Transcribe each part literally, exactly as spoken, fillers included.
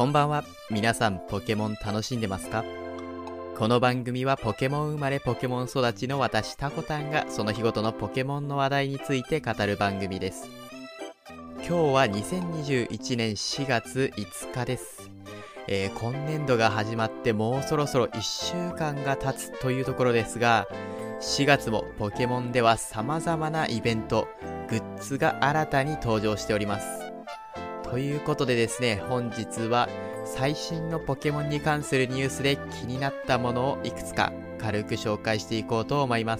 こんばんは。皆さんポケモン楽しんでますか？この番組はポケモン生まれポケモン育ちの私タコタンがその日ごとのポケモンの話題について語る番組です。今日はにせんにじゅういちねんしがついつかです。えー、今年度が始まってもうそろそろいっしゅうかんが経つというところですが、しがつもポケモンでは様々なイベント、グッズが新たに登場しております。ということでですね、本日は最新のポケモンに関するニュースで気になったものをいくつか軽く紹介していこうと思います。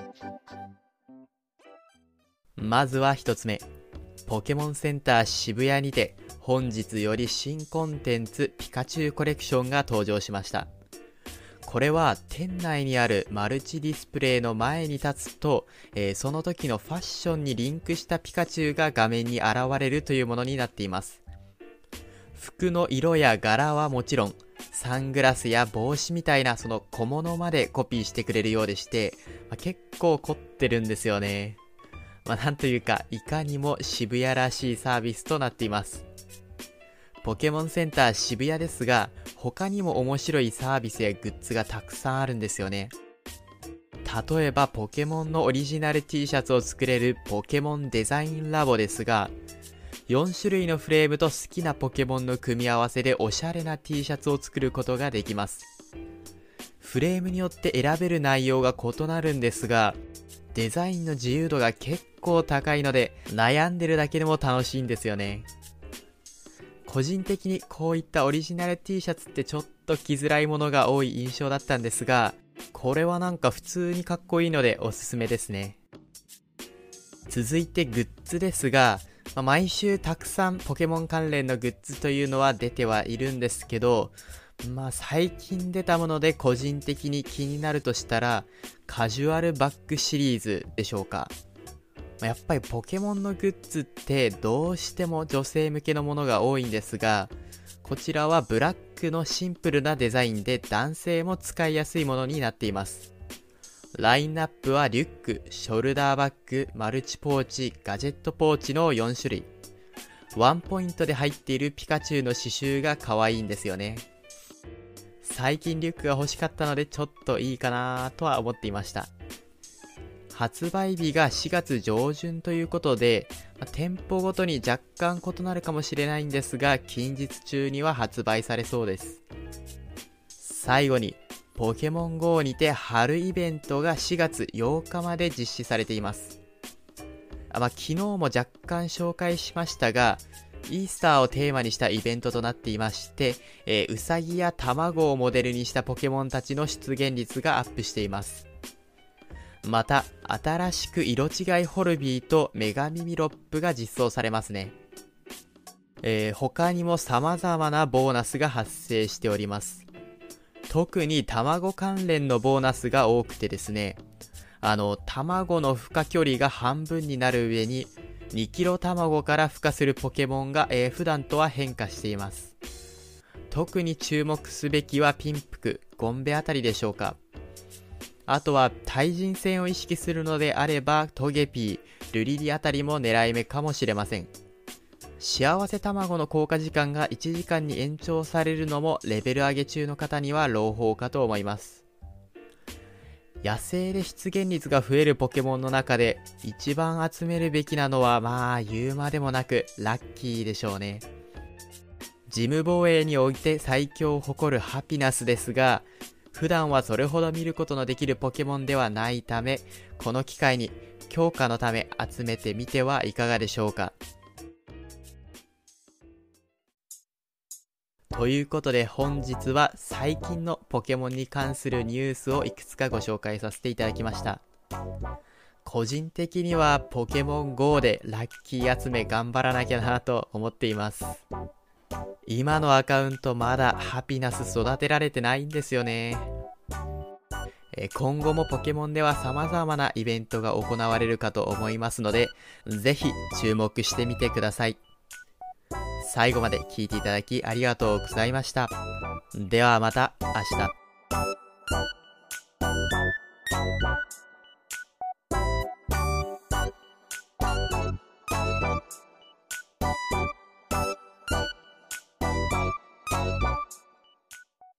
まずはひとつめ、ポケモンセンター渋谷にて本日より新コンテンツピカチュウコレクションが登場しました。これは店内にあるマルチディスプレイの前に立つと、えー、その時のファッションにリンクしたピカチュウが画面に現れるというものになっています。服の色や柄はもちろん、サングラスや帽子みたいなその小物までコピーしてくれるようでして、まあ、結構凝ってるんですよね。まあ、なんというかいかにも渋谷らしいサービスとなっています。ポケモンセンター渋谷ですが、他にも面白いサービスやグッズがたくさんあるんですよね。例えばポケモンのオリジナル T シャツを作れるポケモンデザインラボですが、よんしゅるいのフレームと好きなポケモンの組み合わせでおしゃれな T シャツを作ることができます。フレームによって選べる内容が異なるんですが、デザインの自由度が結構高いので悩んでるだけでも楽しいんですよね。個人的にこういったオリジナル T シャツってちょっと着づらいものが多い印象だったんですが、これはなんか普通にかっこいいのでおすすめですね。続いてグッズですが、まあ、毎週たくさんポケモン関連のグッズというのは出てはいるんですけど、まあ最近出たもので個人的に気になるとしたらカジュアルバッグシリーズでしょうか。やっぱりポケモンのグッズってどうしても女性向けのものが多いんですが、こちらはブラックのシンプルなデザインで男性も使いやすいものになっています。ラインナップはリュック、ショルダーバッグ、マルチポーチ、ガジェットポーチのよんしゅるい。ワンポイントで入っているピカチュウの刺繍が可愛いんですよね。最近リュックが欲しかったのでちょっといいかなとは思っていました。発売日がしがつじょうじゅんということで、まあ、店舗ごとに若干異なるかもしれないんですが、近日中には発売されそうです。最後に、ポケモン ゴー にて春イベントがしがつようかまで実施されています。あ、まあ、昨日も若干紹介しましたが、イースターをテーマにしたイベントとなっていまして、えー、ウサギや卵をモデルにしたポケモンたちの出現率がアップしています。また、新しく色違いホルビーとメガミミロップが実装されますね。えー、他にも様々なボーナスが発生しております。特に卵関連のボーナスが多くてですね、あの、卵の孵化距離が半分になる上に、にキロ卵から孵化するポケモンが、えー、普段とは変化しています。特に注目すべきはピンプク、ゴンベあたりでしょうか。あとは対人戦を意識するのであればトゲピー、ルリリあたりも狙い目かもしれません。幸せ卵の効果時間がいちじかんに延長されるのもレベル上げ中の方には朗報かと思います。野生で出現率が増えるポケモンの中で一番集めるべきなのはまあ言うまでもなくラッキーでしょうね。ジム防衛において最強を誇るハピナスですが、普段はそれほど見ることのできるポケモンではないため、この機会に強化のため集めてみてはいかがでしょうか。ということで本日は最近のポケモンに関するニュースをいくつかご紹介させていただきました。個人的にはポケモン ゴー でラッキー集め頑張らなきゃなと思っています。今のアカウントまだハピナス育てられてないんですよね。え今後もポケモンでは様々なイベントが行われるかと思いますので、ぜひ注目してみてください。最後まで聞いていただきありがとうございました。ではまた明日。